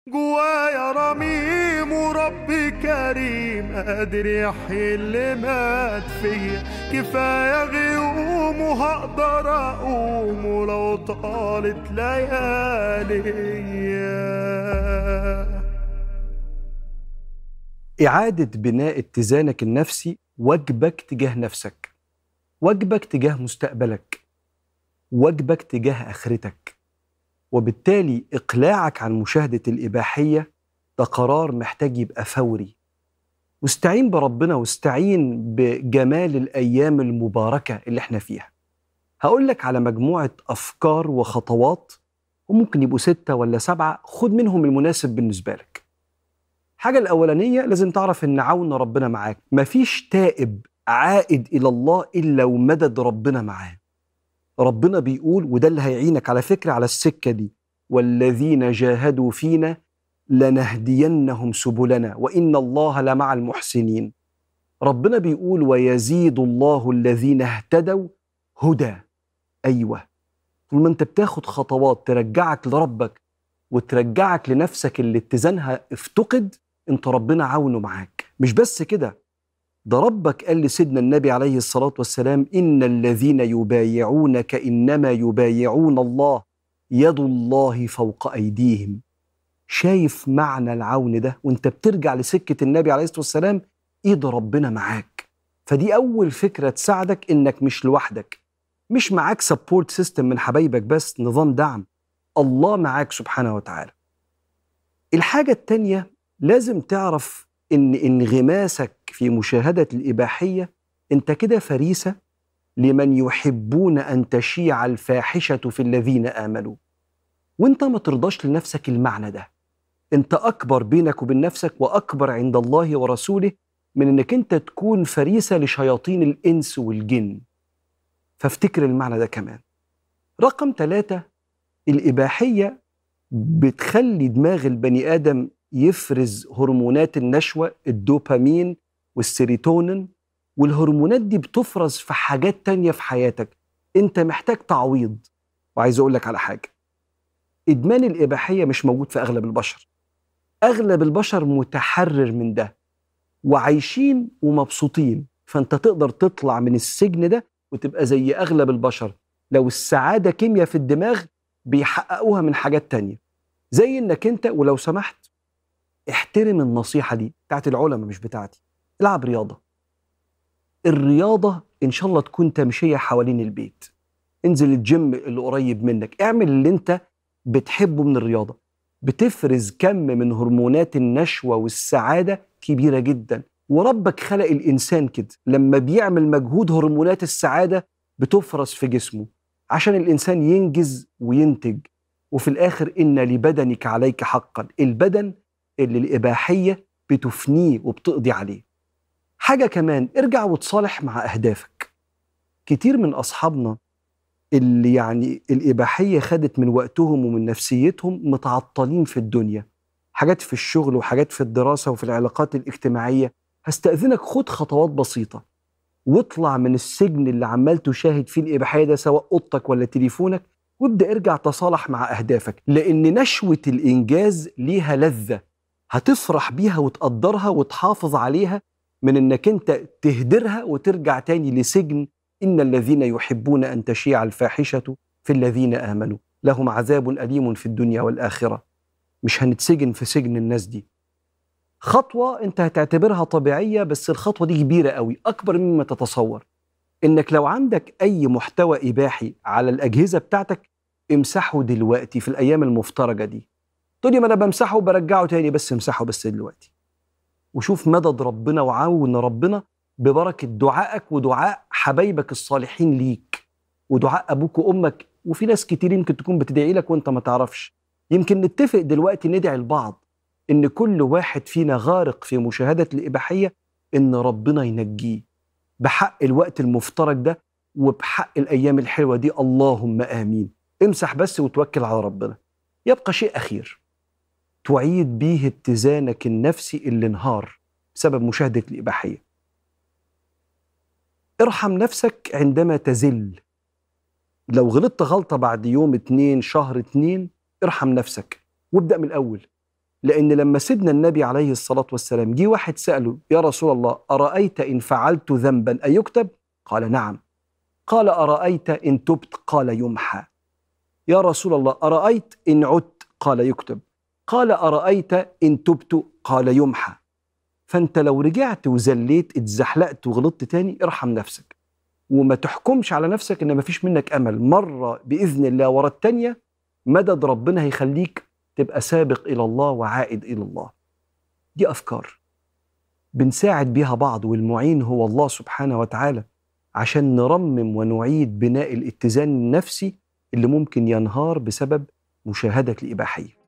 جوايا رميم وربي كريم قادر يحيي اللي مات فيا. كفاية غيوم وهقدر أقوم ولو طالت ليالي. إعادة بناء اتزانك النفسي واجبك تجاه نفسك، واجبك تجاه مستقبلك، واجبك تجاه آخرتك. وبالتالي إقلاعك عن مشاهدة الإباحية ده قرار محتاج يبقى فوري. واستعين بربنا واستعين بجمال الأيام المباركة اللي احنا فيها. هقولك على مجموعة أفكار وخطوات، وممكن يبقوا 6 ولا 7، خد منهم المناسب بالنسبة لك. حاجة الأولانية، لازم تعرف إن عون ربنا معاك. مفيش تائب عائد إلى الله إلا ومدد ربنا معاه. ربنا بيقول، وده اللي هيعينك على فكرة على السكة دي: والذين جاهدوا فينا لنهدينهم سبلنا وإن الله لمع المحسنين. ربنا بيقول: ويزيد الله الذين اهتدوا هدى. أيوة، طول ما أنت بتاخد خطوات ترجعك لربك وترجعك لنفسك اللي اتزانها افتقد، انت ربنا عاونه معاك. مش بس كده، ده ربك قال لسيدنا النبي عليه الصلاة والسلام: إن الذين يبايعونك إنما يبايعون الله يد الله فوق أيديهم. شايف معنى العون ده؟ وانت بترجع لسكة النبي عليه الصلاة والسلام، إيد ربنا معاك. فدي أول فكرة تساعدك إنك مش لوحدك، مش معاك سبورت سيستم من حبايبك بس، نظام دعم. الله معاك سبحانه وتعالى. الحاجة التانية، لازم تعرف إن انغماسك في مشاهدة الإباحية أنت كده فريسة لمن يحبون أن تشيع الفاحشة في الذين آمنوا. وأنت ما ترضاش لنفسك المعنى ده. أنت أكبر بينك وبين نفسك وأكبر عند الله ورسوله من أنك أنت تكون فريسة لشياطين الإنس والجن. فافتكر المعنى ده كمان. رقم 3، الإباحية بتخلي دماغ البني آدم يفرز هرمونات النشوة، الدوبامين والسيروتونين، والهرمونات دي بتفرز في حاجات تانية في حياتك. انت محتاج تعويض. وعايز اقولك على حاجة: ادمان الإباحية مش موجود في اغلب البشر. اغلب البشر متحرر من ده وعايشين ومبسوطين. فانت تقدر تطلع من السجن ده وتبقى زي اغلب البشر. لو السعادة كيمياء في الدماغ بيحققوها من حاجات تانية، زي انك انت، ولو سمحت احترم النصيحة دي بتاعت العلماء مش بتاعتي، العب رياضة. الرياضة ان شاء الله تكون تمشية حوالين البيت، انزل الجيم اللي قريب منك، اعمل اللي انت بتحبه من الرياضة. بتفرز كم من هرمونات النشوة والسعادة كبيرة جدا. وربك خلق الإنسان كده، لما بيعمل مجهود هرمونات السعادة بتفرز في جسمه عشان الإنسان ينجز وينتج. وفي الآخر إن لبدنك عليك حقا، البدن اللي الإباحية بتفنيه وبتقضي عليه. حاجة كمان، ارجع وتصالح مع أهدافك. كتير من أصحابنا اللي يعني الإباحية خدت من وقتهم ومن نفسيتهم متعطلين في الدنيا، حاجات في الشغل وحاجات في الدراسة وفي العلاقات الاجتماعية. هستأذنك خد خطوات بسيطة واطلع من السجن اللي عمال تشاهد فيه الإباحية ده، سواء أوضتك ولا تليفونك، وابدأ ارجع تصالح مع أهدافك. لأن نشوة الإنجاز ليها لذة هتفرح بيها وتقدرها وتحافظ عليها، من إنك أنت تهدرها وترجع تاني لسجن. إن الذين يحبون أن تشيع الفاحشة في الذين آمنوا لهم عذاب أليم في الدنيا والآخرة. مش هنتسجن في سجن الناس دي. خطوة أنت هتعتبرها طبيعية، بس الخطوة دي كبيرة قوي، أكبر مما تتصور. إنك لو عندك أي محتوى إباحي على الأجهزة بتاعتك، امسحه دلوقتي في الأيام المفترجة دي. تقولي ما أنا بمسحه وبرجعه تاني، بس امسحه بس دلوقتي، وشوف مدد ربنا وعون ربنا ببركة دعائك ودعاء حبايبك الصالحين ليك ودعاء أبوك وأمك. وفي ناس كتير يمكن تكون بتدعي لك وانت ما تعرفش. يمكن نتفق دلوقتي ندعي لبعض إن كل واحد فينا غارق في مشاهدة الإباحية إن ربنا ينجيه بحق الوقت المفترج ده وبحق الأيام الحلوة دي. اللهم آمين. امسح بس وتوكل على ربنا. يبقى شيء أخير تعيد بيه اتزانك النفسي اللي انهار بسبب مشاهدة الإباحية. ارحم نفسك عندما تزل. لو غلطت غلطة بعد يوم 2 شهر 2، ارحم نفسك وابدأ من الأول. لأن لما سيدنا النبي عليه الصلاة والسلام جه واحد سأله: يا رسول الله، أرأيت إن فعلت ذنبا أيكتب؟ قال: نعم. قال: أرأيت إن تبت؟ قال: يمحى. يا رسول الله، أرأيت إن عدت؟ قال: يكتب. قال: أرأيت إن تبت؟ قال: يمحى. فأنت لو رجعت وزليت، اتزحلقت وغلطت تاني، ارحم نفسك وما تحكمش على نفسك إن مفيش منك أمل. مرة بإذن الله ورا التانية مدد ربنا هيخليك تبقى سابق إلى الله وعائد إلى الله. دي أفكار بنساعد بيها بعض، والمعين هو الله سبحانه وتعالى، عشان نرمم ونعيد بناء الاتزان النفسي اللي ممكن ينهار بسبب مشاهدة الإباحية.